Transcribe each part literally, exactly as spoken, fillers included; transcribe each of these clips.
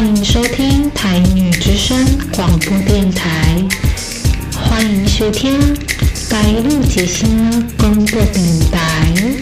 欢迎收听台女之声广播电台，欢迎收听台女之声广播电台。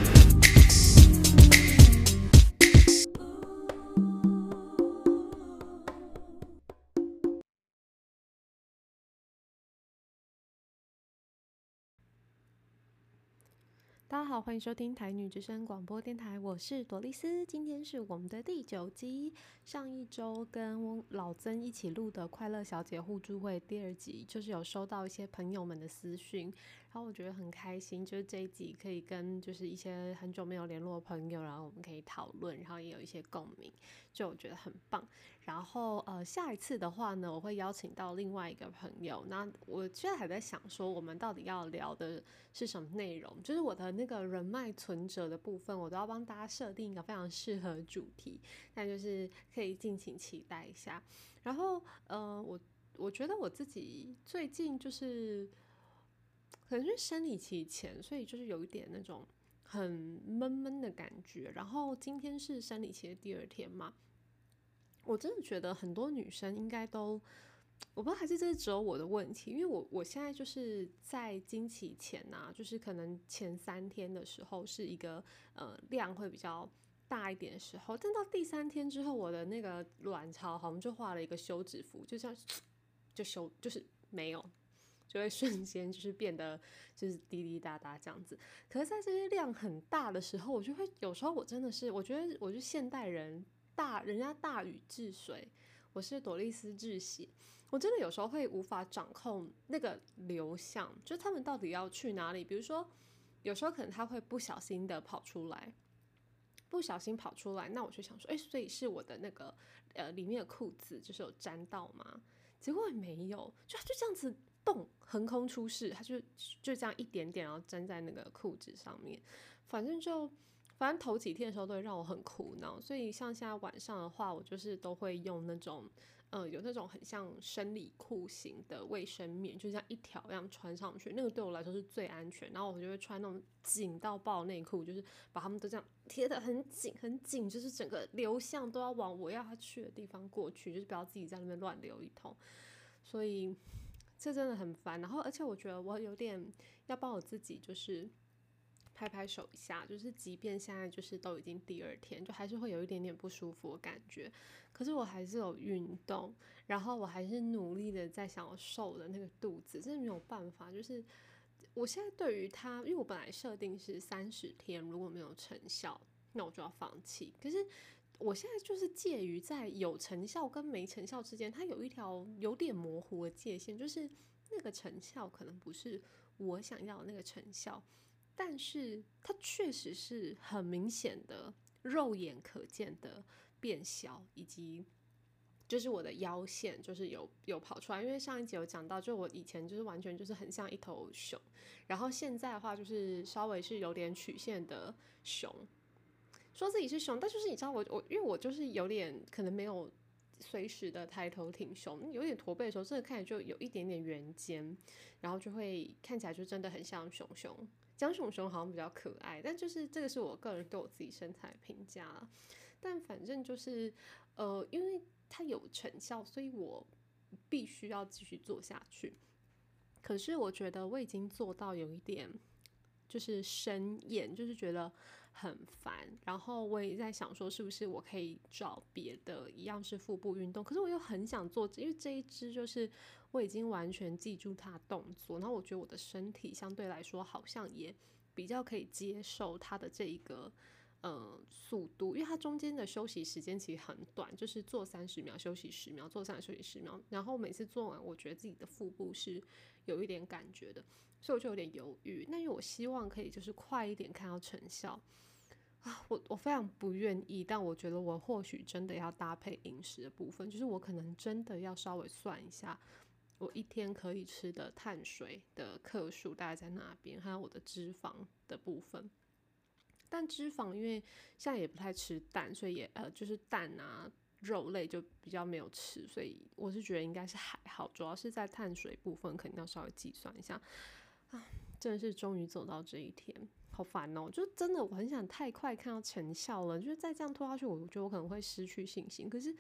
大家好，欢迎收听台女之声广播电台，我是朵丽丝。今天是我们的第九集，上一周跟老曾一起录的快乐小姐互助会第二集，就是有收到一些朋友们的私讯，然后我觉得很开心，就是这一集可以跟就是一些很久没有联络的朋友，然后我们可以讨论，然后也有一些共鸣，就我觉得很棒。然后呃，下一次的话呢，我会邀请到另外一个朋友。那我现在还在想说，我们到底要聊的是什么内容？就是我的那个人脉存折的部分，我都要帮大家设定一个非常适合的主题，那就是可以敬请期待一下。然后呃，我我觉得我自己最近就是可能是生理期前，所以就是有一点那种很闷闷的感觉。然后今天是生理期的第二天嘛。我真的觉得很多女生应该都，我不知道还是这是只有我的问题，因为我我现在就是在经期前啊，就是可能前三天的时候是一个呃量会比较大一点的时候，但到第三天之后，我的那个卵巢好像就画了一个休止符，就这样就休就是没有。就会瞬间就是变得就是滴滴答答这样子，可是在这些量很大的时候，我就会有时候我真的是，我觉得我是现代人。大人家大禹治水，我是朵丽丝治血，我真的有时候会无法掌控那个流向，就他们到底要去哪里？比如说，有时候可能他会不小心的跑出来，不小心跑出来，那我就想说，哎、欸，所以是我的那个呃里面的裤子就是有沾到吗？结果也没有，就就这样子动横空出世，他就就这样一点点，然后粘在那个裤子上面，反正就。反正头几天的时候都会让我很苦恼，所以像现在晚上的话，我就是都会用那种，呃，有那种很像生理裤型的卫生棉，就像一条一样穿上去，那个对我来说是最安全。然后我就会穿那种紧到爆内裤，就是把它们都这样贴得很紧很紧，就是整个流向都要往我要它去的地方过去，就是不要自己在那边乱流一通。所以这真的很烦。然后而且我觉得我有点要帮我自己就是。拍拍手一下，就是即便现在就是都已经第二天，就还是会有一点点不舒服的感觉。可是我还是有运动，然后我还是努力的在想要瘦的那个肚子，真的没有办法。就是我现在对于它，因为我本来设定是三十天，如果没有成效，那我就要放弃。可是我现在就是介于在有成效跟没成效之间，它有一条有点模糊的界限，就是那个成效可能不是我想要的那个成效。但是它确实是很明显的肉眼可见的变小，以及就是我的腰线就是有有跑出来，因为上一集有讲到，就我以前就是完全就是很像一头熊，然后现在的话就是稍微是有点曲线的熊，说自己是熊，但就是你知道我我因为我就是有点可能没有随时的抬头挺胸，有点驼背的时候，真的看起来就有一点点圆肩，然后就会看起来就真的很像熊熊。讲熊熊好像比较可爱，但就是这个是我个人对我自己身材的评价啦。但反正就是呃，因为它有成效，所以我必须要继续做下去。可是我觉得我已经做到有一点就是生厌，就是觉得很烦。然后我也在想说，是不是我可以找别的一样是腹部运动？可是我又很想做，因为这一支就是我已经完全记住它的动作，然后我觉得我的身体相对来说好像也比较可以接受它的这一个。呃，速度，因为它中间的休息时间其实很短，就是做三十秒休息十秒，做三十休息十秒，然后每次做完，我觉得自己的腹部是有一点感觉的，所以我就有点犹豫。那因为我希望可以就是快一点看到成效啊，我我非常不愿意，但我觉得我或许真的要搭配饮食的部分，就是我可能真的要稍微算一下。我一天可以吃的碳水的克数大概在哪边，还有我的脂肪的部分。但脂肪因为现在也不太吃蛋，所以也呃就是蛋啊肉类就比较没有吃，所以我是觉得应该是还好，主要是在碳水部分肯定要稍微计算一下啊。真的是终于走到这一天，好烦哦！就真的我很想太快看到成效了，就是再这样拖下去，我觉得我可能会失去信心。可是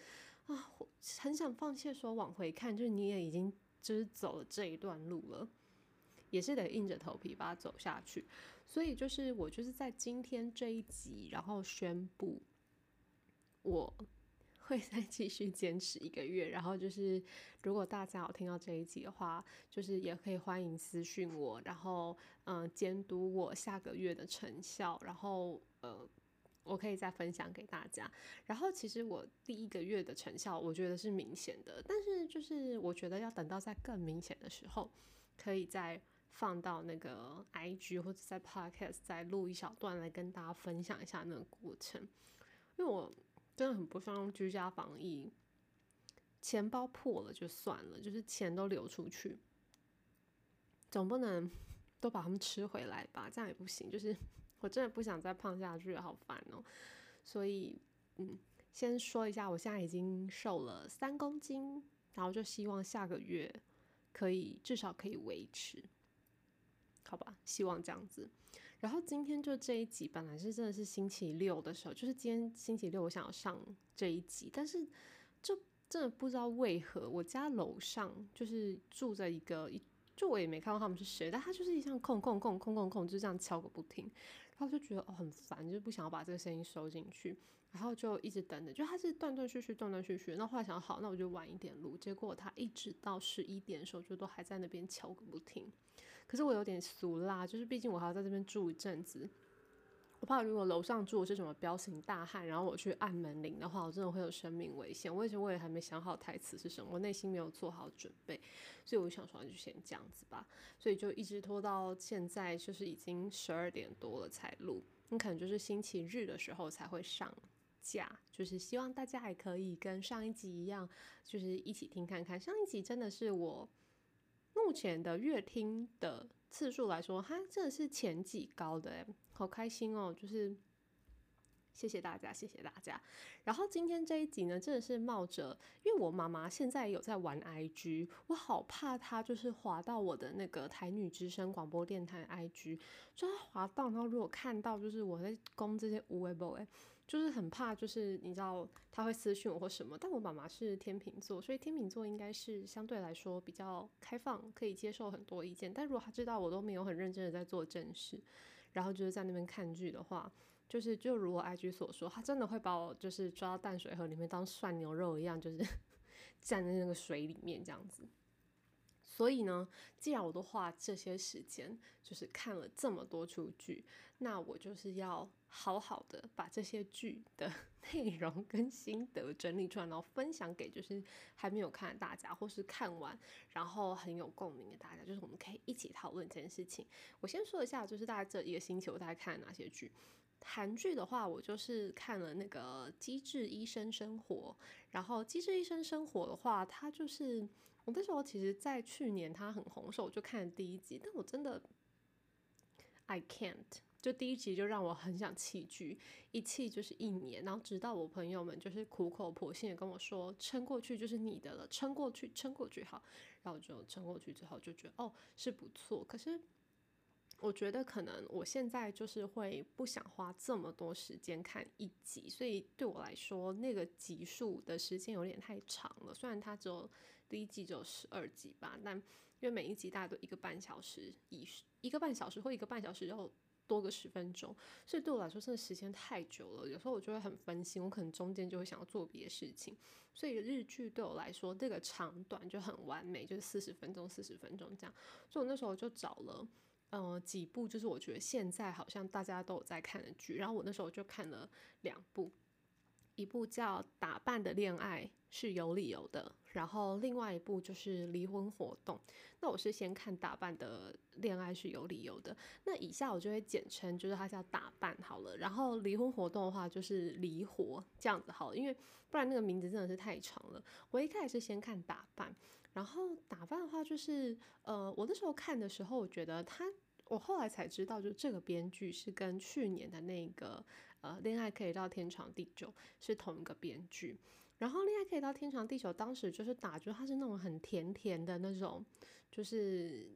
啊，很想放弃说往回看，就是你也已经就是走了这一段路了，也是得硬着头皮把它走下去。所以就是我就是在今天这一集，然后宣布我会再继续坚持一个月，然后就是如果大家有听到这一集的话，就是也可以欢迎私讯我，然后嗯监督我下个月的成效，然后呃我可以再分享给大家。然后其实我第一个月的成效我觉得是明显的，但是就是我觉得要等到在更明显的时候，可以再放到那个 I G 或者在 Podcast 再录一小段来跟大家分享一下那个过程。因为我真的很不希望居家防疫，钱包破了就算了，就是钱都流出去，总不能都把他们吃回来吧？这样也不行。就是我真的不想再胖下去了，好烦哦、喔。所以，嗯，先说一下，我现在已经瘦了三公斤，然后就希望下个月可以至少可以维持，好吧？希望这样子。然后今天就这一集本来是真的是星期六的时候，就是今天星期六我想要上这一集，但是就真的不知道为何我家楼上就是住着一个，就我也没看到他们是谁，但他就是一像空空空空空空就这样敲个不停，然后就觉得哦很烦，就是不想要把这个声音收进去，然后就一直等着，就他是断断续续断断续续，那后来想好那我就晚一点录，结果他一直到十一点的时候就都还在那边敲个不停。可是我有点俗辣，就是毕竟我还要在这边住一阵子，我怕如果楼上住的是什么彪形大汉，然后我去按门铃的话，我真的会有生命危险。我以前我也还没想好台词是什么，我内心没有做好准备，所以我想说就先这样子吧，所以就一直拖到现在，就是已经十二点多了才录，你可能就是星期日的时候才会上架，就是希望大家也可以跟上一集一样，就是一起听看看。上一集真的是我目前的乐听的次数来说，它真的是前几高的耶，好开心哦！就是谢谢大家，谢谢大家。然后今天这一集呢，真的是冒着，因为我妈妈现在有在玩 I G， 我好怕她就是滑到我的那个台女之声广播电台 I G， 就她滑到，然后如果看到就是我在攻这些无为不为，就是很怕，就是你知道她会私讯我或什么。但我妈妈是天秤座，所以天秤座应该是相对来说比较开放，可以接受很多意见。但如果她知道我都没有很认真的在做正事，然后就是在那边看剧的话，就是就如我 I G 所说，他真的会把我就是抓到淡水河里面当涮牛肉一样，就是站在那个水里面这样子。所以呢，既然我都花这些时间，就是看了这么多出剧，那我就是要好好的把这些剧的内容跟心得整理出来，然后分享给就是还没有看的大家，或是看完然后很有共鸣的大家，就是我们可以一起讨论这件事情。我先说一下，就是大概这一个星期我大概看了哪些剧。韩剧的话，我就是看了那个《机智医生生活》，然后《机智医生生活》的话，它就是我那时候其实在去年它很红的时候，我就看了第一集，但我真的 I can't， 就第一集就让我很想弃剧，一弃就是一年，然后直到我朋友们就是苦口婆心的跟我说，撑过去就是你的了，撑过去，撑过去好，然后我就撑过去之后就觉得哦是不错，可是我觉得可能我现在就是会不想花这么多时间看一集，所以对我来说那个集数的时间有点太长了。虽然它只有第一季只有十二集吧，但因为每一集大概都一个半小时，一一个半小时或一个半小时然后多个十分钟，所以对我来说真的时间太久了。有时候我就会很分心，我可能中间就会想要做别的事情。所以日剧对我来说，这个长短就很完美，就是四十分钟、四十分钟这样。所以我那时候就找了。呃，几部就是我觉得现在好像大家都有在看的剧，然后我那时候就看了两部，一部叫《打扮的恋爱是有理由的》，然后另外一部就是《离婚活动》。那我是先看《打扮的恋爱是有理由的》，那以下我就会简称，就是它叫打扮好了。然后离婚活动的话就是离活这样子好了，因为不然那个名字真的是太长了。我一开始是先看打扮。然后打扮的话，就是呃，我那时候看的时候，我觉得他，我后来才知道，就这个编剧是跟去年的那个呃《恋爱可以到天长地久》是同一个编剧。然后《恋爱可以到天长地久》当时就是打，就是它是那种很甜甜的那种，就是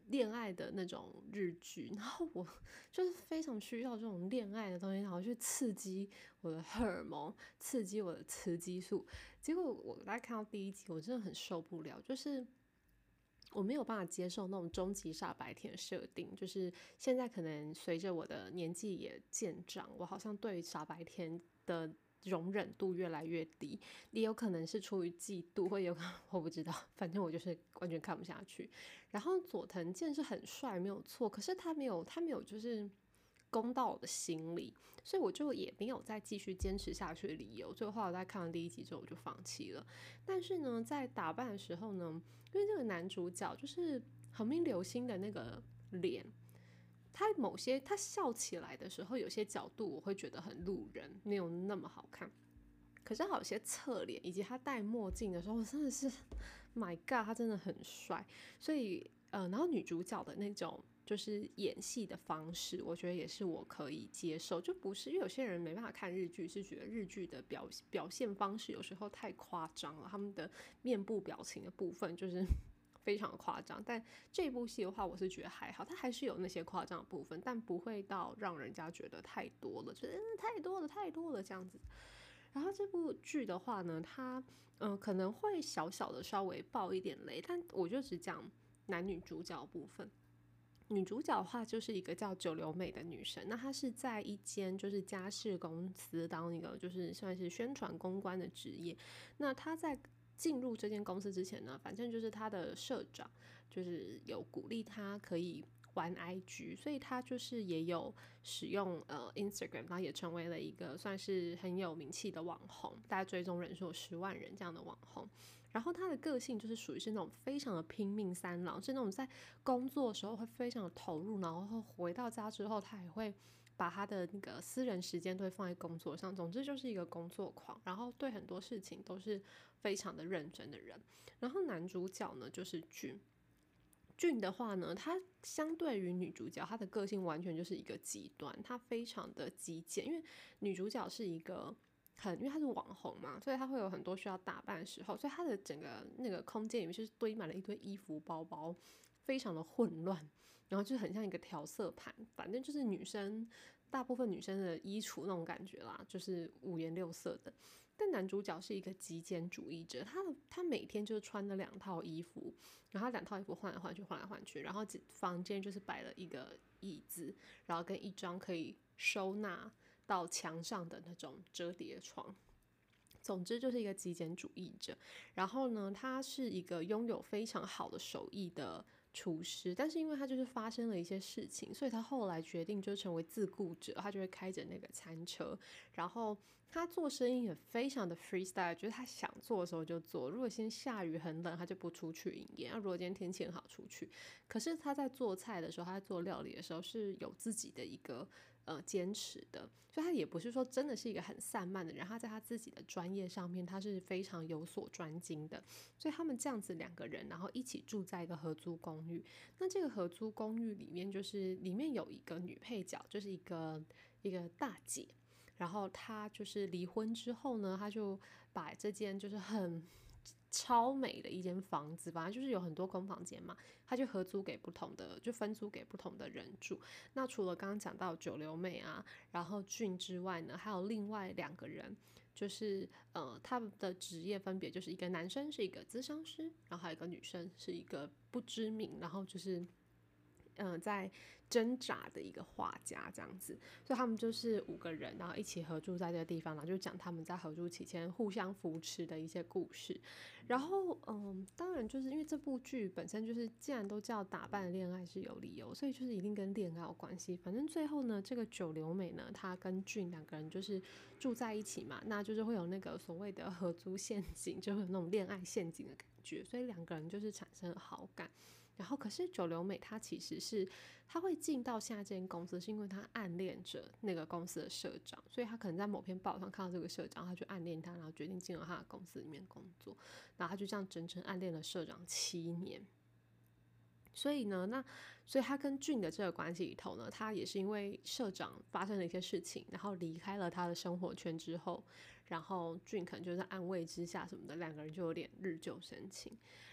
恋爱的那种日剧，然后我就是非常需要这种恋爱的东西，然后去刺激我的荷尔蒙，刺激我的雌激素。结果我大概看到第一集，我真的很受不了，就是我没有办法接受那种终极傻白甜设定。就是现在可能随着我的年纪也渐长，我好像对于傻白甜的容忍度越来越低，也有可能是出于嫉妒，或有我不知道，反正我就是完全看不下去。然后佐藤健是很帅没有错，可是他没有他没有就是攻到我的心里，所以我就也没有再继续坚持下去的理由。最后来我在看完第一集之后我就放弃了。但是呢，在打扮的时候呢，因为这个男主角就是横滨流星的那个脸，他某些他笑起来的时候，有些角度我会觉得很路人，没有那么好看。可是他有些侧脸以及他戴墨镜的时候，我真的是 My God， 他真的很帅。所以呃，然后女主角的那种就是演戏的方式，我觉得也是我可以接受。就不是因为有些人没办法看日剧，是觉得日剧的表表现方式有时候太夸张了，他们的面部表情的部分就是非常夸张。但这部戏的话，我是觉得还好，它还是有那些夸张的部分，但不会到让人家觉得太多了，就是、嗯、太多了太多了这样子。然后这部剧的话呢，它嗯、呃、可能会小小的稍微爆一点雷，但我就只讲男女主角的部分。女主角的话就是一个叫九流美的女生，那她是在一间就是家饰公司当一个就是算是宣传公关的职业。那她在进入这间公司之前呢，反正就是她的社长就是有鼓励她可以玩 I G， 所以她就是也有使用呃 Instagram， 然后也成为了一个算是很有名气的网红，大概追踪人数有十万人这样的网红。然后他的个性就是属于是那种非常的拼命三郎，是那种在工作的时候会非常的投入，然后回到家之后他也会把他的那个私人时间都会放在工作上，总之就是一个工作狂，然后对很多事情都是非常的认真的人。然后男主角呢就是俊，俊的话呢，他相对于女主角，他的个性完全就是一个极端，他非常的极简，因为女主角是一个很，因为他是网红嘛，所以他会有很多需要打扮的时候，所以他的整个那个空间里面就是堆满了一堆衣服包包，非常的混乱，然后就很像一个调色盘，反正就是女生大部分女生的衣橱那种感觉啦，就是五颜六色的。但男主角是一个极简主义者，他的他每天就穿了两套衣服，然后两套衣服换来换去换来换去，然后房间就是摆了一个椅子，然后跟一张可以收纳到墙上的那种折叠床。总之就是一个极简主义者。然后呢，他是一个拥有非常好的手艺的厨师，但是因为他就是发生了一些事情，所以他后来决定就成为自雇者，他就会开着那个餐车，然后他做生意也非常的 freestyle， 就是他想做的时候就做，如果先下雨很冷他就不出去营业，那如果今天天气很好出去。可是他在做菜的时候，他在做料理的时候是有自己的一个呃坚持的，所以他也不是说真的是一个很散漫的人，他在他自己的专业上面他是非常有所专精的。所以他们这样子两个人，然后一起住在一个合租公寓。那这个合租公寓里面，就是里面有一个女配角，就是一个一个大姐。然后她就是离婚之后呢，她就把这间就是很超美的一间房子，反正就是有很多空房间嘛，他就合租给不同的，就分租给不同的人住。那除了刚刚讲到九流美啊，然后俊之外呢，还有另外两个人，就是呃他们的职业分别就是一个男生是一个咨商师，然后还有一个女生是一个不知名，然后就是嗯、呃、在挣扎的一个画家这样子。所以他们就是五个人，然后一起合住在这个地方，然后就讲他们在合住期间互相扶持的一些故事。然后嗯，当然就是因为这部剧本身就是既然都叫打扮恋爱是有理由，所以就是一定跟恋爱有关系。反正最后呢，这个九流美呢，她跟俊两个人就是住在一起嘛，那就是会有那个所谓的合租陷阱，就会有那种恋爱陷阱的感觉，所以两个人就是产生了好感。然后可是九流美她其实是她会进到现在这间公司是因为她暗恋着那个公司的社长，所以她可能在某篇报上看到这个社长，她就暗恋他，然后决定进入他的公司里面工作，然后她就这样整整暗恋了社长七年。所以呢，那所以他跟俊的这个关系里头呢，他也是因为社长发生了一些事情，然后离开了他的生活圈之后，然后俊可能就在安慰之下什么的，两个人就有点日久生情。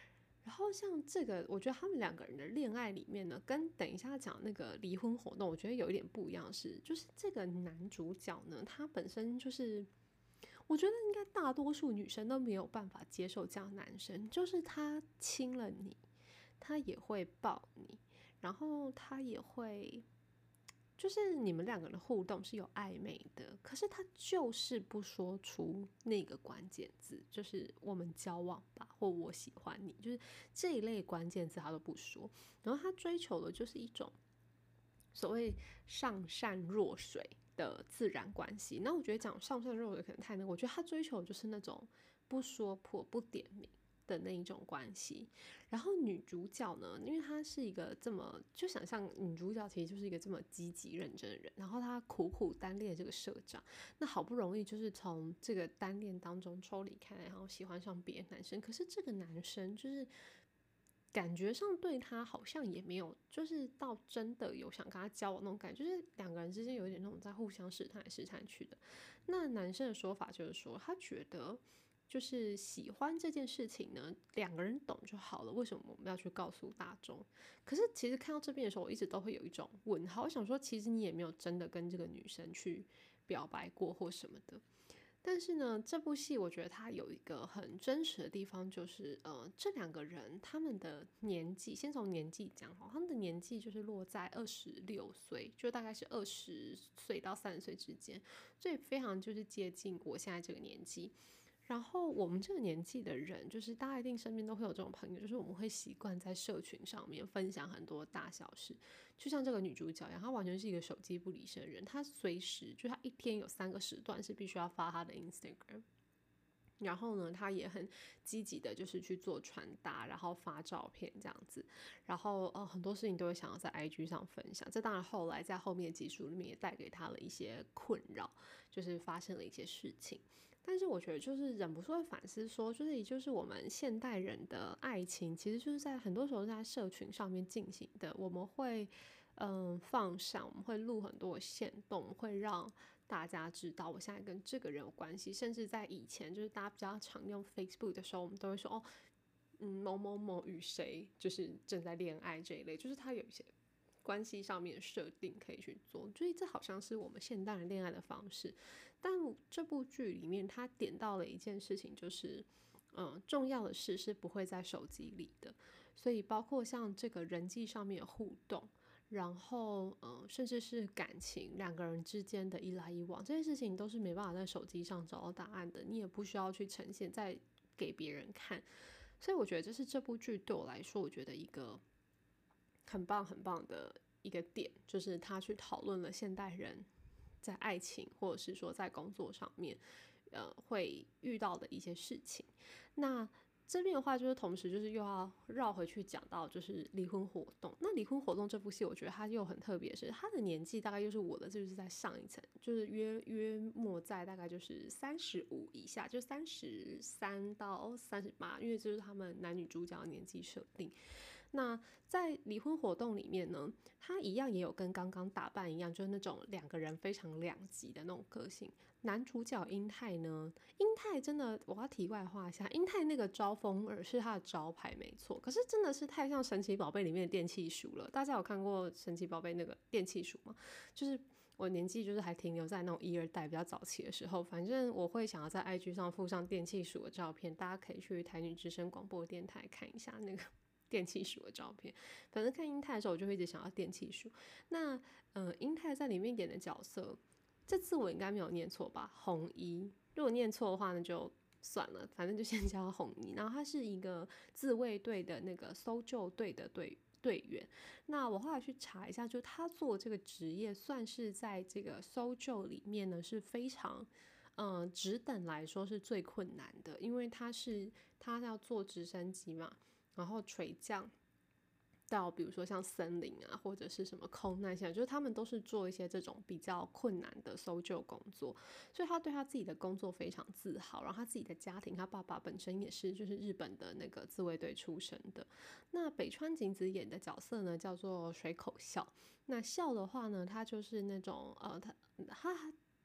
然后像这个，我觉得他们两个人的恋爱里面呢，跟等一下讲那个离婚活动，我觉得有一点不一样的是，就是这个男主角呢，他本身就是，我觉得应该大多数女生都没有办法接受这样的男生，就是他亲了你，他也会抱你，然后他也会。就是你们两个人的互动是有暧昧的，可是他就是不说出那个关键字，就是我们交往吧，或我喜欢你，就是这一类关键字他都不说。然后他追求的就是一种所谓上善若水的自然关系。那我觉得讲上善若水可能太那个，我觉得他追求的就是那种不说破、不点名的那一种关系。然后女主角呢，因为她是一个这么，就想象女主角其实就是一个这么积极认真的人，然后她苦苦单恋这个社长，那好不容易就是从这个单恋当中抽离开来，然后喜欢上别的男生，可是这个男生就是感觉上对她好像也没有，就是到真的有想跟她交往那种感觉，就是两个人之间有一点那种在互相试探来试探去的。那男生的说法就是说，他觉得就是喜欢这件事情呢，两个人懂就好了，为什么我们要去告诉大众？可是其实看到这边的时候，我一直都会有一种问号，我想说，其实你也没有真的跟这个女生去表白过或什么的。但是呢，这部戏我觉得它有一个很真实的地方，就是呃，这两个人他们的年纪，先从年纪讲好，他们的年纪就是落在二十六岁，就大概是二十岁到三十岁之间，所以非常就是接近我现在这个年纪。然后我们这个年纪的人，就是大家一定身边都会有这种朋友，就是我们会习惯在社群上面分享很多大小事，就像这个女主角一样，她完全是一个手机不离身的人，她随时就她一天有三个时段是必须要发她的 Instagram。然后呢，她也很积极的，就是去做传达，然后发照片这样子，然后呃很多事情都会想要在 I G 上分享。这当然后来在后面的集数里面也带给她了一些困扰，就是发生了一些事情。但是我觉得就是忍不住会反思说，就是也就是我们现代人的爱情，其实就是在很多时候在社群上面进行的。我们会嗯放上，我们会录很多限动，会让大家知道我现在跟这个人有关系。甚至在以前，就是大家比较常用 Facebook 的时候，我们都会说哦，嗯某某某与谁就是正在恋爱这一类，就是他有一些关系上面的设定可以去做，所以这好像是我们现代人恋爱的方式。但这部剧里面他点到了一件事情，就是嗯，重要的事是不会在手机里的，所以包括像这个人际上面的互动，然后嗯，甚至是感情，两个人之间的一来一往，这些事情都是没办法在手机上找到答案的，你也不需要去呈现在给别人看。所以我觉得这是这部剧对我来说，我觉得一个很棒很棒的一个点，就是他去讨论了现代人在爱情或者是说在工作上面呃会遇到的一些事情。那这边的话就是同时就是又要绕回去讲到就是离婚活动。那离婚活动这部戏我觉得它又很特别，是它的年纪大概又是我的就是在上一层，就是约约莫在大概就是三十五以下，就三十三到三十八，因为这是他们男女主角的年纪设定。那在离婚活动里面呢，他一样也有跟刚刚打扮一样，就是那种两个人非常两极的那种个性。男主角英泰呢，英泰真的我要题外话一下，英泰那个招风耳是他的招牌没错，可是真的是太像神奇宝贝里面的电气鼠了。大家有看过神奇宝贝那个电气鼠吗？就是我年纪就是还停留在那种一二代比较早期的时候，反正我会想要在 I G 上附上电气鼠的照片，大家可以去台女之声广播电台看一下那个电气鼠的照片。反正看英泰的时候，我就会一直想要电气鼠。那呃，英泰在里面演的角色，这次我应该没有念错吧？红衣，如果念错的话，那就算了，反正就先叫红衣。然后他是一个自卫队的那个搜救队的队队员。那我后来去查一下，就他做这个职业，算是在这个搜救里面呢是非常。嗯，职等来说是最困难的，因为他是他要坐直升机嘛，然后垂降到比如说像森林啊，或者是什么空难现场，就是他们都是做一些这种比较困难的搜救工作，所以他对他自己的工作非常自豪。然后他自己的家庭，他爸爸本身也是就是日本的那个自卫队出身的。那北川景子演的角色呢，叫做水口笑。那笑的话呢，他就是那种呃，他他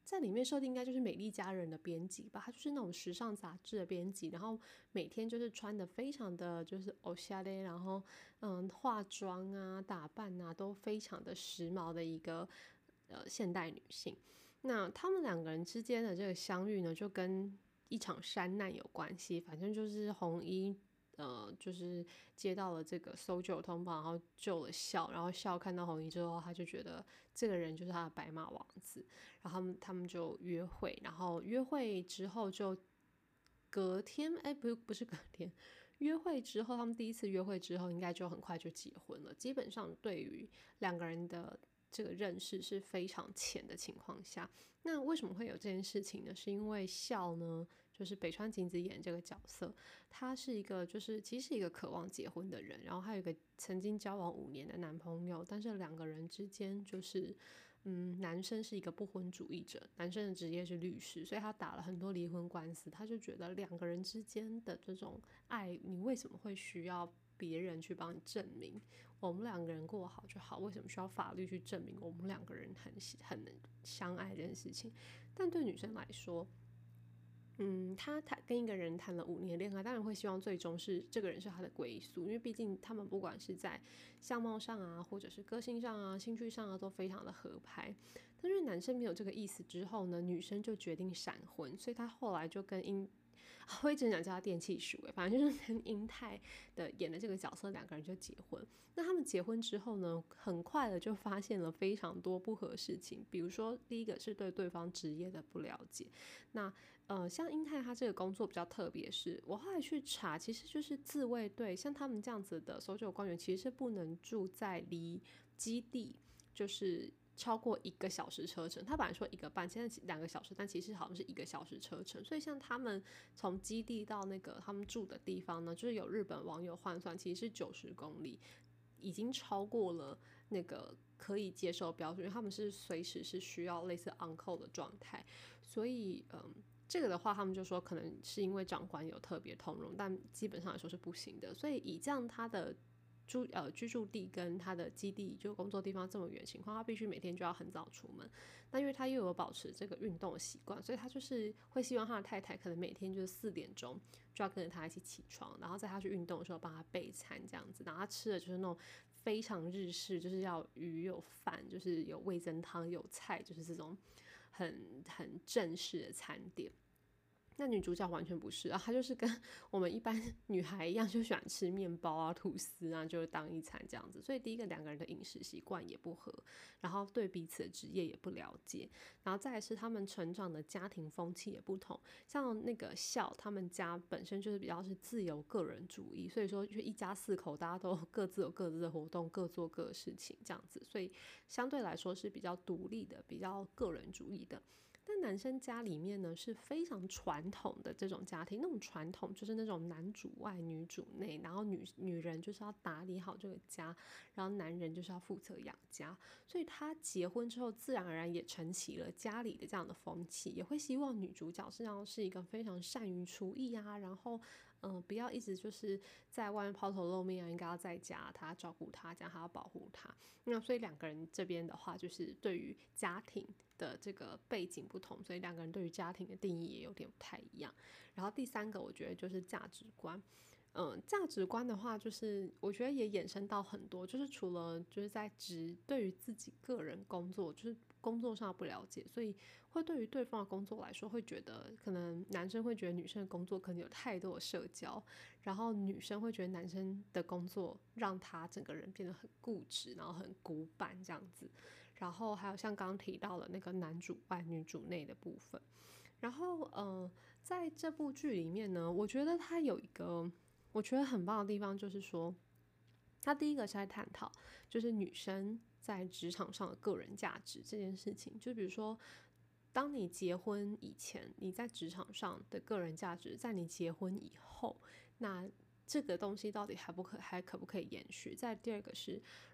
在里面设定应该就是美丽佳人的编辑吧，他就是那种时尚杂志的编辑，然后每天就是穿的非常的就是おしゃれ，然后嗯化妆啊打扮啊都非常的时髦的一个呃现代女性。那他们两个人之间的这个相遇呢，就跟一场山难有关系，反正就是红衣。呃，就是接到了这个搜救通报，然后救了笑，然后笑看到红衣之后，他就觉得这个人就是他的白马王子，然后他们他们就约会，然后约会之后就隔天，哎，不不是隔天，约会之后，他们第一次约会之后，应该就很快就结婚了。基本上对于两个人的这个认识是非常浅的情况下，那为什么会有这件事情呢？是因为笑呢？就是北川景子演这个角色，他是一个就是其实是一个渴望结婚的人，然后还有一个曾经交往五年的男朋友，但是两个人之间就是嗯，男生是一个不婚主义者，男生的职业是律师，所以他打了很多离婚官司，他就觉得两个人之间的这种爱，你为什么会需要别人去帮你证明我们两个人过好就好？为什么需要法律去证明我们两个人很很相爱这件事情？但对女生来说，嗯，他谈跟一个人谈了五年恋爱，当然会希望最终是这个人是他的归宿，因为毕竟他们不管是在相貌上啊，或者是个性上啊、兴趣上啊，都非常的合拍。但是男生没有这个意思之后呢，女生就决定闪婚，所以他后来就跟英。我一直想叫他电气鼠，反正就是跟英泰的演的这个角色，两个人就结婚。那他们结婚之后呢，很快的就发现了非常多不合事情，比如说第一个是对对方职业的不了解。那呃，像英泰他这个工作比较特别，是我后来去查，其实就是自卫队，像他们这样子的搜救官员，其实是不能住在离基地就是超过一个小时车程，他本来说一个半，现在两个小时，但其实好像是一个小时车程。所以像他们从基地到那个他们住的地方呢，就是有日本网友换算，其实是九十公里，已经超过了那个可以接受标准，因为他们是随时是需要类似 on call 的状态。所以嗯，这个的话，他们就说可能是因为长官有特别通融，但基本上来说是不行的。所以以这样他的住呃居住地跟他的基地就工作地方这么远的情况，他必须每天就要很早出门。那因为他又有保持这个运动的习惯，所以他就是会希望他的太太可能每天就是四点钟就要跟着他一起起床，然后在他去运动的时候帮他备餐这样子，然后他吃的就是那种非常日式，就是要鱼有饭，就是有味噌汤有菜，就是这种很很正式的餐点。那女主角完全不是啊，她就是跟我们一般女孩一样，就喜欢吃面包啊、吐司啊，就是当一餐这样子。所以第一个，两个人的饮食习惯也不合，然后对彼此的职业也不了解，然后再来是他们成长的家庭风气也不同。像那个笑，他们家本身就是比较是自由个人主义，所以说就一家四口大家都各自有各自的活动，各做各的事情这样子，所以相对来说是比较独立的，比较个人主义的。但男生家里面呢是非常传统的这种家庭，那种传统就是那种男主外女主内，然后女女人就是要打理好这个家，然后男人就是要负责养家，所以他结婚之后自然而然也承袭了家里的这样的风气，也会希望女主角实际上是一个非常善于厨艺啊，然后嗯、呃，不要一直就是在外面抛头露面啊，应该要在家他照顾他，这样他要保护他。那所以两个人这边的话，就是对于家庭的这个背景不同，所以两个人对于家庭的定义也有点不太一样。然后第三个我觉得就是价值观，嗯，价值观的话，就是我觉得也衍生到很多，就是除了就是在职对于自己个人工作，就是工作上不了解，所以会对于对方的工作来说，会觉得可能男生会觉得女生的工作可能有太多的社交，然后女生会觉得男生的工作让他整个人变得很固执，然后很古板这样子。然后还有像刚刚提到的那个男主外女主内的部分。然后呃，在这部剧里面呢，我觉得它有一个我觉得很棒的地方，就是说他第一个是在探讨就是女生在职场上的个人价值这件事情，就比如说当你结婚以前你在职场上的个人价值，在你结婚以后那这个东西到底还不可还可不可以延续。再第二个是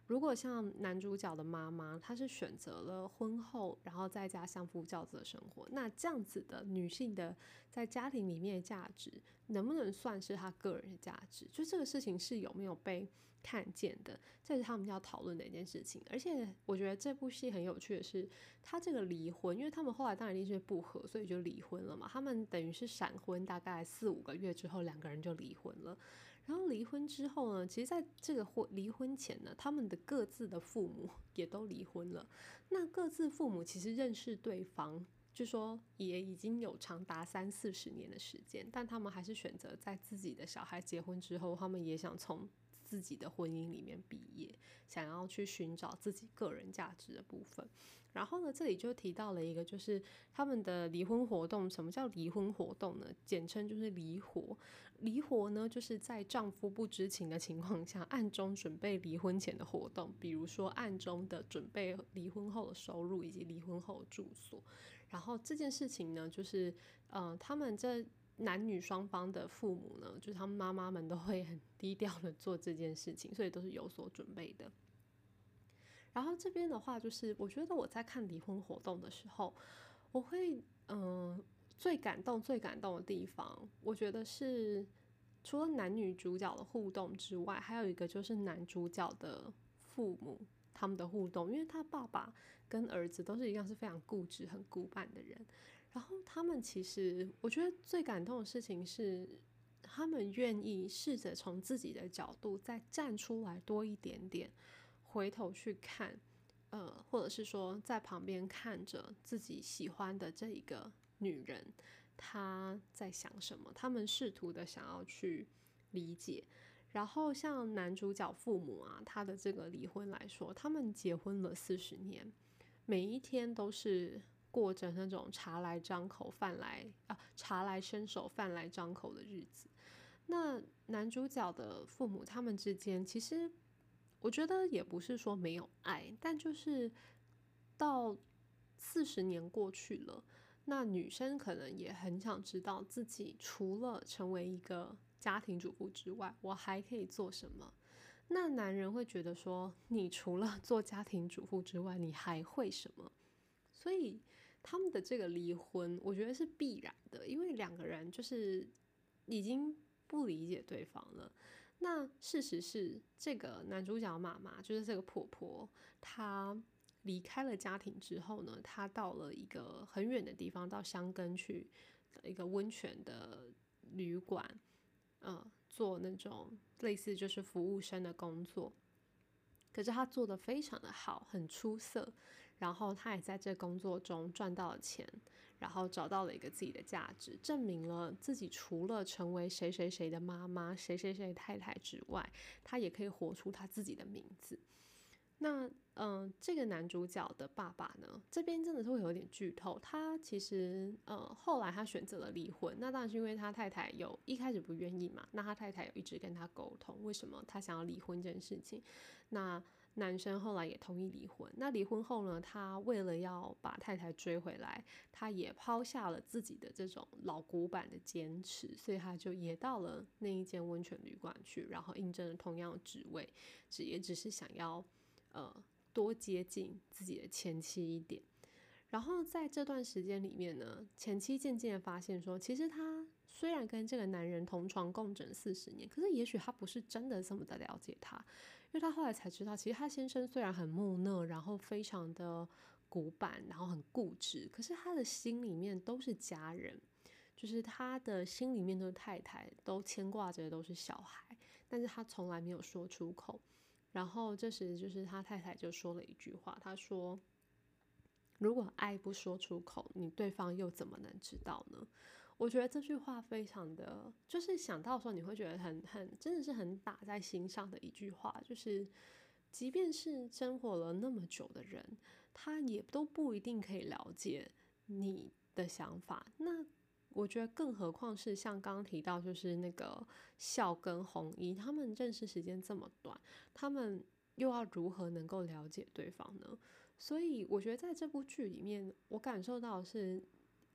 如果像男主角的妈妈，她是选择了婚后然后在家相夫教子的生活，那这样子的女性的在家庭里面的价值能不能算是她个人的价值，就这个事情是有没有被看见的，这是他们要讨论的一件事情。而且我觉得这部戏很有趣的是，他这个离婚，因为他们后来当然一定是不和，所以就离婚了嘛。他们等于是闪婚，大概四五个月之后，两个人就离婚了。然后离婚之后呢，其实在这个离婚前呢，他们的各自的父母也都离婚了。那各自父母其实认识对方，就说也已经有长达三四十年的时间，但他们还是选择在自己的小孩结婚之后，他们也想从自己的婚姻里面毕业，想要去寻找自己个人价值的部分。然后呢，这里就提到了一个，就是他们的离婚活动。什么叫离婚活动呢？简称就是离活。离活呢，就是在丈夫不知情的情况下，暗中准备离婚前的活动，比如说暗中的准备离婚后的收入以及离婚后的住所。然后这件事情呢，就是呃，他们这男女双方的父母呢，就是他们妈妈们都会很低调的做这件事情，所以都是有所准备的。然后这边的话，就是我觉得我在看离婚活动的时候，我会嗯、呃、最感动最感动的地方，我觉得是除了男女主角的互动之外，还有一个就是男主角的父母他们的互动，因为他爸爸跟儿子都是一样是非常固执很古板的人，然后他们其实我觉得最感动的事情是，他们愿意试着从自己的角度再站出来多一点点，回头去看，呃，或者是说在旁边看着自己喜欢的这一个女人，她在想什么，他们试图的想要去理解。然后像男主角父母啊，他的这个离婚来说，他们结婚了四十年，每一天都是过着那种茶来张口饭来啊，茶来伸手饭来张口的日子。那男主角的父母他们之间，其实我觉得也不是说没有爱，但就是到四十年过去了，那女生可能也很想知道自己除了成为一个家庭主妇之外，我还可以做什么。那男人会觉得说，你除了做家庭主妇之外，你还会什么？所以他们的这个离婚，我觉得是必然的，因为两个人就是已经不理解对方了。那事实是，这个男主角妈妈就是这个婆婆，她离开了家庭之后呢，她到了一个很远的地方，到箱根去一个温泉的旅馆，呃，做那种类似就是服务生的工作。可是她做得非常的好，很出色，然后她也在这工作中赚到了钱，然后找到了一个自己的价值，证明了自己除了成为谁谁谁的妈妈、谁谁谁太太之外，她也可以活出她自己的名字。那嗯、呃，这个男主角的爸爸呢，这边真的是会有点剧透。他其实呃后来他选择了离婚，那当然是因为他太太有一开始不愿意嘛，那他太太有一直跟他沟通，为什么他想要离婚这件事情。那男生后来也同意离婚。那离婚后呢，他为了要把太太追回来，他也抛下了自己的这种老古板的坚持，所以他就也到了那一间温泉旅馆去，然后应征了同样的职位，只也只是想要呃多接近自己的前妻一点。然后在这段时间里面呢，前妻渐渐的发现说，其实他虽然跟这个男人同床共枕四十年，可是也许他不是真的这么的了解他，因为他后来才知道，其实他先生虽然很木讷，然后非常的古板，然后很固执，可是他的心里面都是家人，就是他的心里面都是太太，都牵挂着的都是小孩，但是他从来没有说出口。然后这时就是他太太就说了一句话，他说，如果爱不说出口，你对方又怎么能知道呢？我觉得这句话非常的，就是想到的时候你会觉得很很真的是很打在心上的一句话，就是即便是生活了那么久的人，他也都不一定可以了解你的想法。那我觉得更何况是像刚刚提到，就是那个孝跟红衣，他们认识时间这么短，他们又要如何能够了解对方呢？所以我觉得在这部剧里面，我感受到的是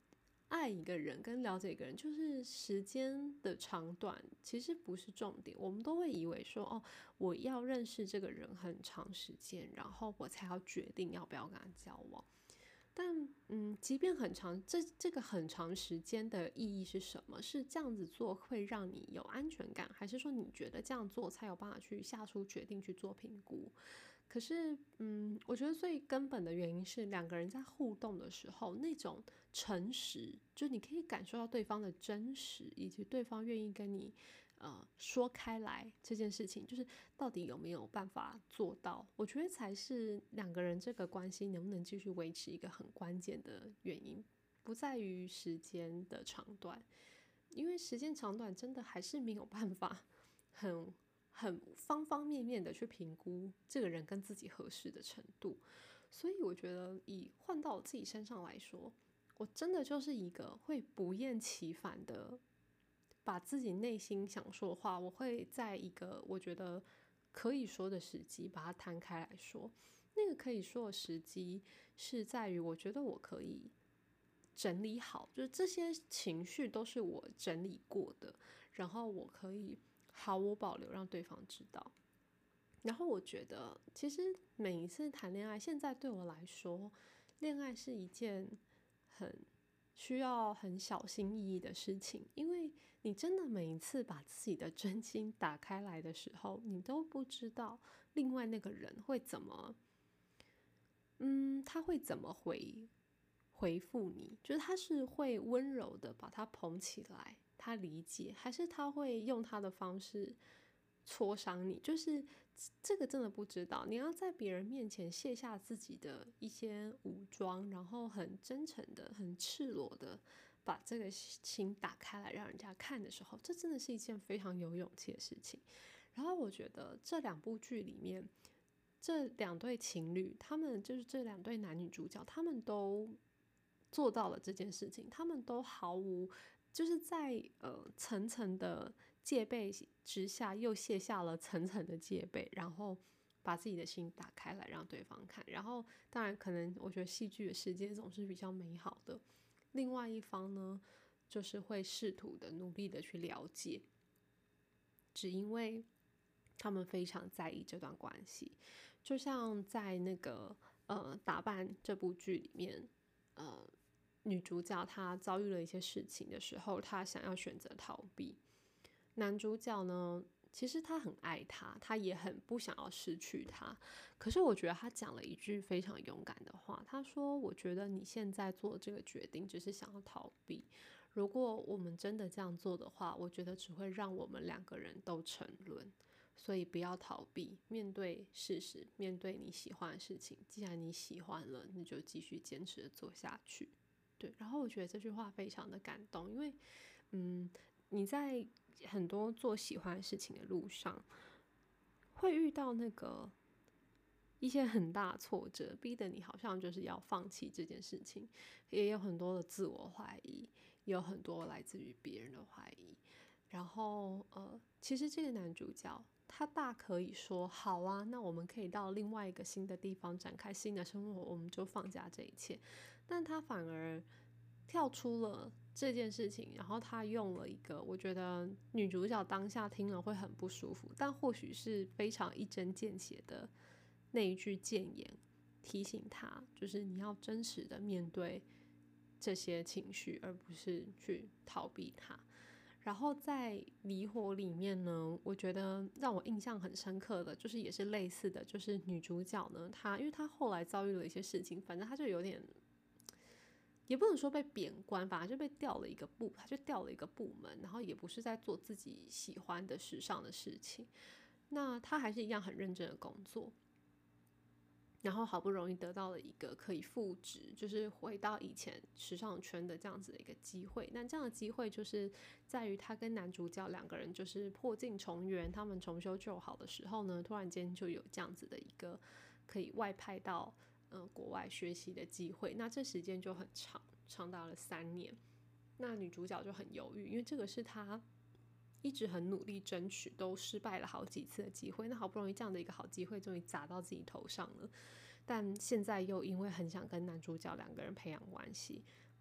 爱一个人跟了解一个人，就是时间的长短其实不是重点。我们都会以为说，哦，我要认识这个人很长时间，然后我才要决定要不要跟他交往。但嗯，即便很长，这这个很长时间的意义是什么？是这样子做会让你有安全感，还是说你觉得这样做才有办法去下出决定去做评估？可是，嗯，我觉得最根本的原因是两个人在互动的时候，那种诚实，就是你可以感受到对方的真实，以及对方愿意跟你呃说开来这件事情，就是到底有没有办法做到，我觉得才是两个人这个关系能不能继续维持一个很关键的原因，不在于时间的长短，因为时间长短真的还是没有办法很。很方方面面的去评估这个人跟自己合适的程度，所以我觉得以换到我自己身上来说，我真的就是一个会不厌其烦的把自己内心想说的话，我会在一个我觉得可以说的时机把它摊开来说。那个可以说的时机是在于我觉得我可以整理好，就是这些情绪都是我整理过的，然后我可以毫无保留让对方知道。然后我觉得其实每一次谈恋爱，现在对我来说，恋爱是一件很需要很小心翼翼的事情，因为你真的每一次把自己的真心打开来的时候，你都不知道另外那个人会怎么嗯他会怎么回回复你，就是他是会温柔的把他捧起来，他理解，还是他会用他的方式戳伤你，就是这个真的不知道。你要在别人面前卸下自己的一些武装，然后很真诚的很赤裸的把这个心打开来让人家看的时候，这真的是一件非常有勇气的事情。然后我觉得这两部剧里面这两对情侣，他们就是这两对男女主角，他们都做到了这件事情，他们都毫无就是在呃层层的戒备之下，又卸下了层层的戒备，然后把自己的心打开来让对方看。然后当然可能我觉得戏剧的世界总是比较美好的，另外一方呢就是会试图的努力的去了解，只因为他们非常在意这段关系。就像在那个呃打扮这部剧里面，呃女主角她遭遇了一些事情的时候，她想要选择逃避。男主角呢，其实他很爱她，他也很不想要失去她。可是我觉得他讲了一句非常勇敢的话，他说：“我觉得你现在做这个决定只是想要逃避。如果我们真的这样做的话，我觉得只会让我们两个人都沉沦。所以不要逃避，面对事实，面对你喜欢的事情。既然你喜欢了，你就继续坚持的做下去。”对，然后我觉得这句话非常的感动，因为，嗯，你在很多做喜欢的事情的路上，会遇到那个一些很大的挫折，逼得你好像就是要放弃这件事情，也有很多的自我怀疑，也有很多来自于别人的怀疑。然后，呃，其实这个男主角他大可以说好啊，那我们可以到另外一个新的地方展开新的生活，我们就放下这一切。但他反而跳出了这件事情，然后他用了一个我觉得女主角当下听了会很不舒服，但或许是非常一针见血的那一句谏言，提醒他就是你要真实的面对这些情绪，而不是去逃避它。然后在离火里面呢，我觉得让我印象很深刻的就是也是类似的，就是女主角呢，她因为她后来遭遇了一些事情，反正她就有点也不能说被贬官，反正就被调了一个部，她就调了一个部门，然后也不是在做自己喜欢的时尚的事情，那她还是一样很认真的工作。然后好不容易得到了一个可以复职，就是回到以前时尚圈的这样子的一个机会。那这样的机会就是在于他跟男主角两个人就是破镜重圆，他们重修旧好的时候呢，突然间就有这样子的一个可以外派到呃国外学习的机会。那这时间就很长，长达了三年。那女主角就很犹豫，因为这个是她一直很努力争取，都失败了好几次的机会，那好不容易这样的一个好机会终于砸到自己头上了，但现在又因为很想跟男主角两个人培养关系，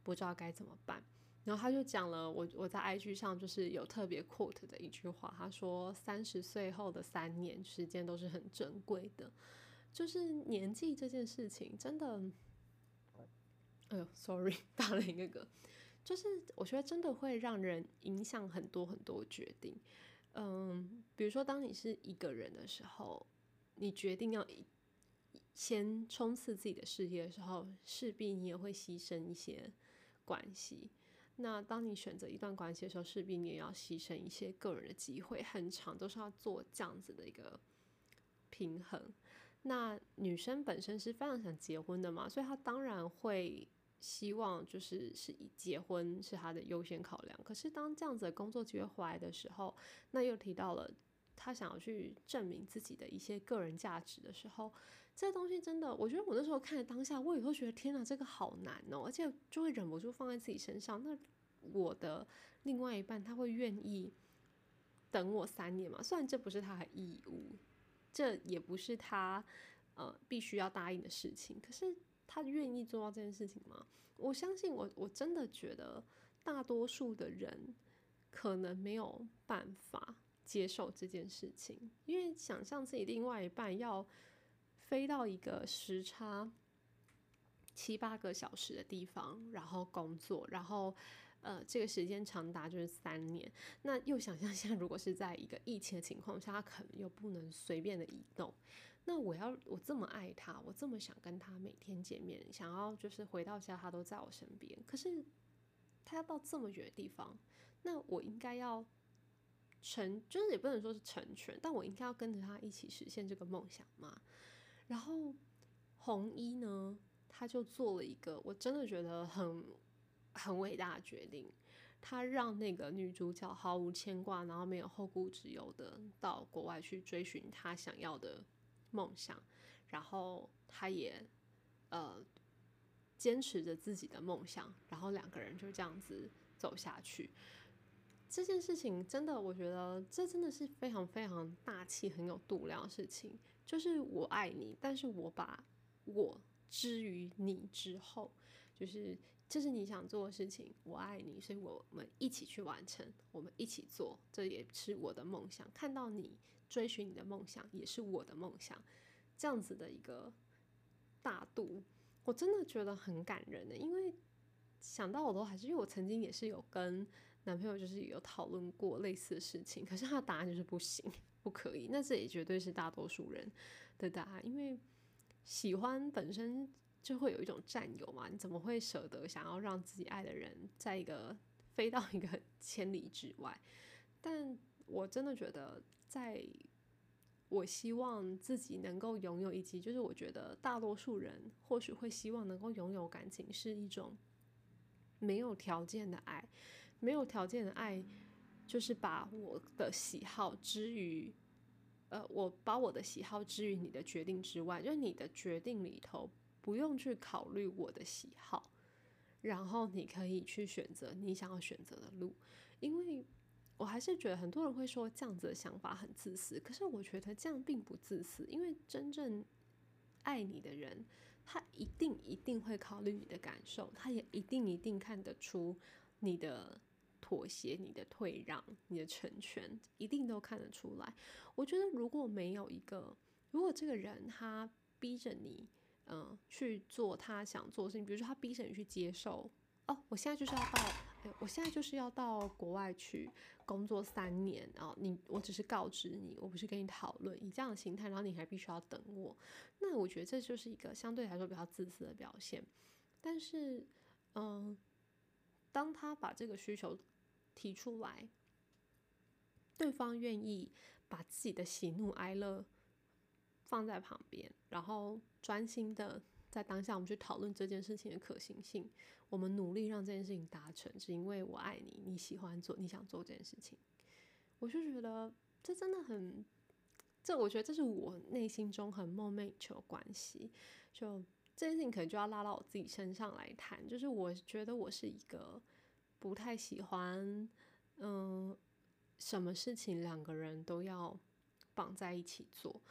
不知道该怎么办。然后他就讲了我我在 I G 上就是有特别 quote 的一句话，他说三十岁后的三年时间都是很珍贵的，就是年纪这件事情真的，哎呦 sorry 打了一个嗝，就是我觉得真的会让人影响很多很多决定。嗯，比如说当你是一个人的时候，你决定要先冲刺自己的事业的时候，势必你也会牺牲一些关系。那当你选择一段关系的时候，势必你也要牺牲一些个人的机会，很长都是要做这样子的一个平衡。那女生本身是非常想结婚的嘛，所以她当然会希望就是是以结婚是她的优先考量。可是当这样子的工作机会回来的时候，那又提到了她想要去证明自己的一些个人价值的时候，这东西真的，我觉得我那时候看的当下，我也会觉得天哪，这个好难哦，而且就会忍不住放在自己身上。那我的另外一半他会愿意等我三年嘛？虽然这不是他的义务，这也不是他呃必须要答应的事情，可是他愿意做到这件事情吗？我相信我我真的觉得大多数的人可能没有办法接受这件事情，因为想象自己另外一半要飞到一个时差七八个小时的地方，然后工作，然后呃这个时间长达就是三年。那又想象现在如果是在一个疫情的情况下，他可能又不能随便的移动。那我要我这么爱他，我这么想跟他每天见面，想要就是回到家他都在我身边，可是他要到这么远的地方，那我应该要成，就是也不能说是成全，但我应该要跟着他一起实现这个梦想吗？然后红衣呢，他就做了一个我真的觉得很很伟大的决定，他让那个女主角毫无牵挂，然后没有后顾之忧的到国外去追寻他想要的梦想，然后他也呃坚持着自己的梦想，然后两个人就这样子走下去。这件事情真的，我觉得这真的是非常非常大气、很有度量的事情。就是我爱你，但是我把我置于你之后，就是这是你想做的事情，我爱你，所以我们一起去完成，我们一起做，这也是我的梦想。看到你追寻你的梦想，也是我的梦想。这样子的一个大度，我真的觉得很感人的，因为想到我都还是，因为我曾经也是有跟男朋友就是有讨论过类似的事情，可是他的答案就是不行。不可以，那这也绝对是大多数人的答案，因为喜欢本身就会有一种占有嘛，你怎么会舍得想要让自己爱的人在一个飞到一个千里之外？但我真的觉得，在我希望自己能够拥有，以及就是我觉得大多数人或许会希望能够拥有感情，是一种没有条件的爱，没有条件的爱。就是把我的喜好之于，呃，我把我的喜好之于你的决定之外，就是你的决定里头不用去考虑我的喜好，然后你可以去选择你想要选择的路。因为我还是觉得很多人会说这样子的想法很自私，可是我觉得这样并不自私，因为真正爱你的人，他一定一定会考虑你的感受，他也一定一定看得出你的妥协、你的退让、你的成全，一定都看得出来。我觉得如果没有一个，如果这个人他逼着你，嗯、呃，去做他想做的事情，比如说他逼着你去接受，哦，我现在就是要到，哎，我现在就是要到国外去工作三年，然后你，我只是告知你，我不是跟你讨论，以这样的心态，然后你还必须要等我，那我觉得这就是一个相对来说比较自私的表现。但是，嗯、呃。当他把这个需求提出来，对方愿意把自己的喜怒哀乐放在旁边，然后专心的在当下我们去讨论这件事情的可行性，我们努力让这件事情达成，是因为我爱你，你喜欢做，你想做这件事情。我就觉得这真的很，这我觉得这是我内心中很梦寐以求的关系。就这件事情可能就要拉到我自己身上来谈，就是我觉得我是一个不太喜欢，嗯，什么事情两个人都要绑在一起做。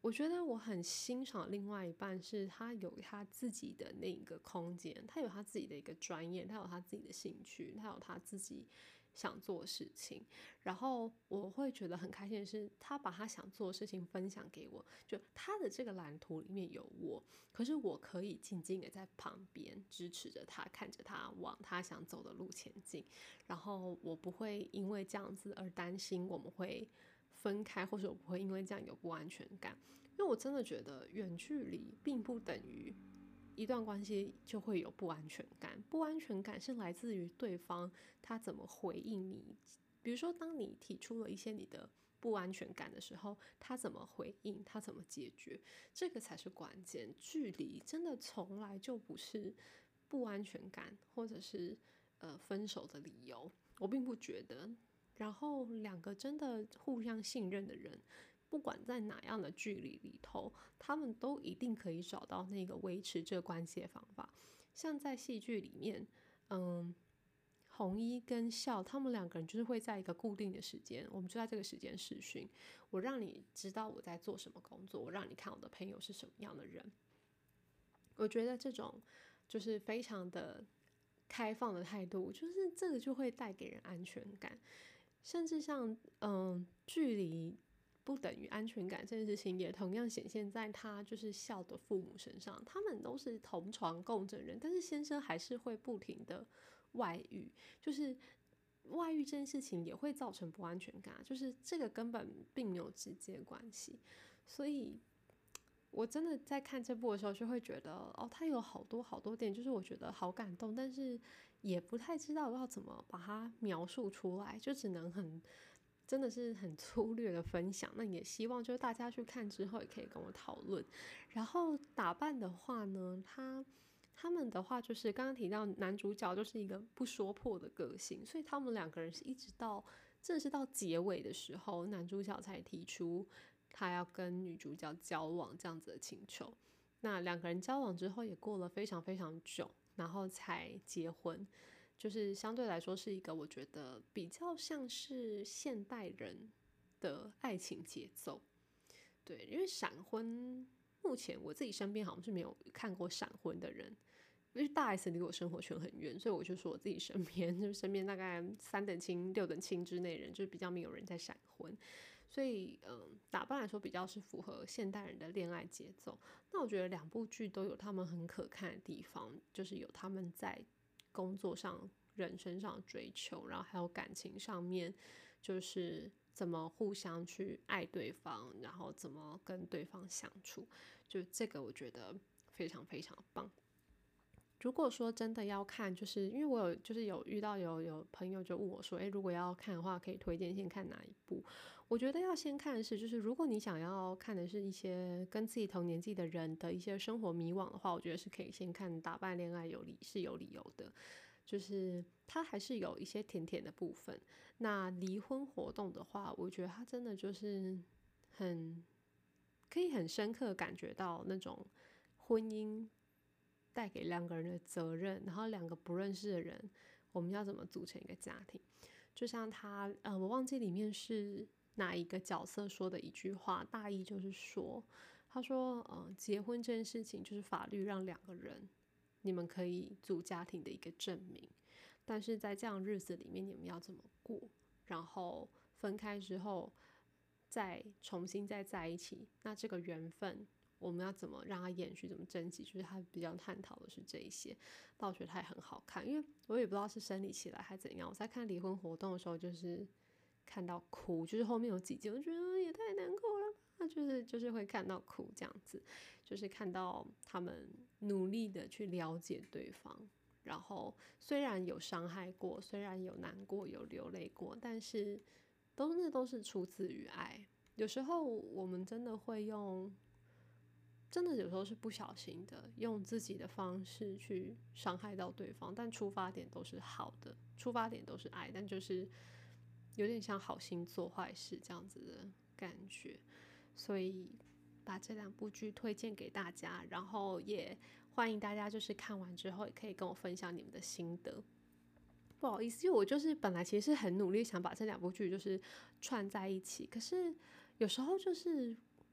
我觉得我很欣赏另外一半是他有他自己的那个空间，他有他自己的一个专业，他有他自己的兴趣，他有他自己想做的事情，然后我会觉得很开心的是他把他想做的事情分享给我，就他的这个蓝图里面有我，可是我可以静静的在旁边支持着他，看着他往他想走的路前进，然后我不会因为这样子而担心我们会分开，或者我不会因为这样有不安全感，因为我真的觉得远距离并不等于一段关系就会有不安全感，不安全感是来自于对方他怎么回应你，比如说当你提出了一些你的不安全感的时候，他怎么回应，他怎么解决，这个才是关键。距离真的从来就不是不安全感或者是呃分手的理由，我并不觉得。然后两个真的互相信任的人，不管在哪样的距离里头，他们都一定可以找到那个维持这关系的方法。像在戏剧里面，嗯，红衣跟笑他们两个人就是会在一个固定的时间，我们就在这个时间视讯，我让你知道我在做什么工作，我让你看我的朋友是什么样的人。我觉得这种就是非常的开放的态度，就是这个就会带给人安全感。甚至像嗯，距离不等于安全感这件事情，也同样显现在他就是笑的父母身上。他们都是同床共枕人，但是先生还是会不停的外遇，就是外遇这件事情也会造成不安全感，就是这个根本并没有直接关系。所以我真的在看这部的时候就会觉得，哦，它有好多好多点，就是我觉得好感动，但是也不太知道要怎么把它描述出来，就只能很真的是很粗略的分享。那也希望就是大家去看之后也可以跟我讨论。然后打扮的话呢，他他们的话就是刚刚提到男主角就是一个不说破的个性，所以他们两个人是一直到正是到结尾的时候，男主角才提出他要跟女主角交往这样子的请求。那两个人交往之后也过了非常非常久，然后才结婚，就是相对来说是一个我觉得比较像是现代人的爱情节奏。对，因为闪婚目前我自己身边好像是没有看过闪婚的人，因为大 S 离我生活圈很远，所以我就说我自己身边就是身边大概三等亲六等亲之内人，就是比较没有人在闪婚。所以嗯，打扮来说比较是符合现代人的恋爱节奏。那我觉得两部剧都有他们很可看的地方，就是有他们在工作上人生上的追求，然后还有感情上面就是怎么互相去爱对方，然后怎么跟对方相处，就这个我觉得非常非常棒。如果说真的要看，就是因为我有就是有遇到有有朋友就问我说，哎，如果要看的话，可以推荐先看哪一部？我觉得要先看的是，就是如果你想要看的是一些跟自己同年纪的人的一些生活迷惘的话，我觉得是可以先看《打扮恋爱有理》，是有理由的，就是它还是有一些甜甜的部分。那离婚活动的话，我觉得它真的就是很可以很深刻感觉到那种婚姻带给两个人的责任，然后两个不认识的人，我们要怎么组成一个家庭？就像他，呃，我忘记里面是哪一个角色说的一句话，大意就是说，他说，呃，结婚这件事情就是法律让两个人你们可以组家庭的一个证明，但是在这样日子里面，你们要怎么过？然后分开之后再重新再在一起，那这个缘分我们要怎么让它延续，怎么珍惜，就是他比较探讨的是这一些。但我觉得它也很好看，因为我也不知道是生理期来还怎样，我在看离婚活动的时候就是看到哭，就是后面有几集我觉得也太难过了吧，就是就是会看到哭这样子，就是看到他们努力的去了解对方，然后虽然有伤害过，虽然有难过有流泪过，但是都那都是出自于爱。有时候我们真的会用真的有时候是不小心的用自己的方式去伤害到对方，但出发点都是好的，出发点都是爱，但就是有点像好心做坏事这样子的感觉。所以把这两部剧推荐给大家，然后也欢迎大家就是看完之后也可以跟我分享你们的心得。不好意思，因为我就是本来其实是很努力想把这两部剧就是串在一起，可是有时候就是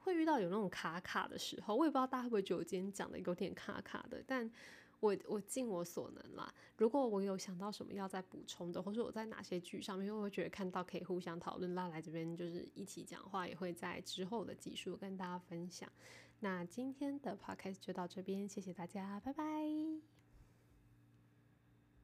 会遇到有那种卡卡的时候，我也不知道大家会不会觉得我今天讲的有点卡卡的，但我我尽我所能啦。如果我有想到什么要再补充的，或者我在哪些剧上面，我会觉得看到可以互相讨论，拉来这边就是一起讲话，也会在之后的集数跟大家分享。那今天的 podcast 就到这边，谢谢大家，拜拜。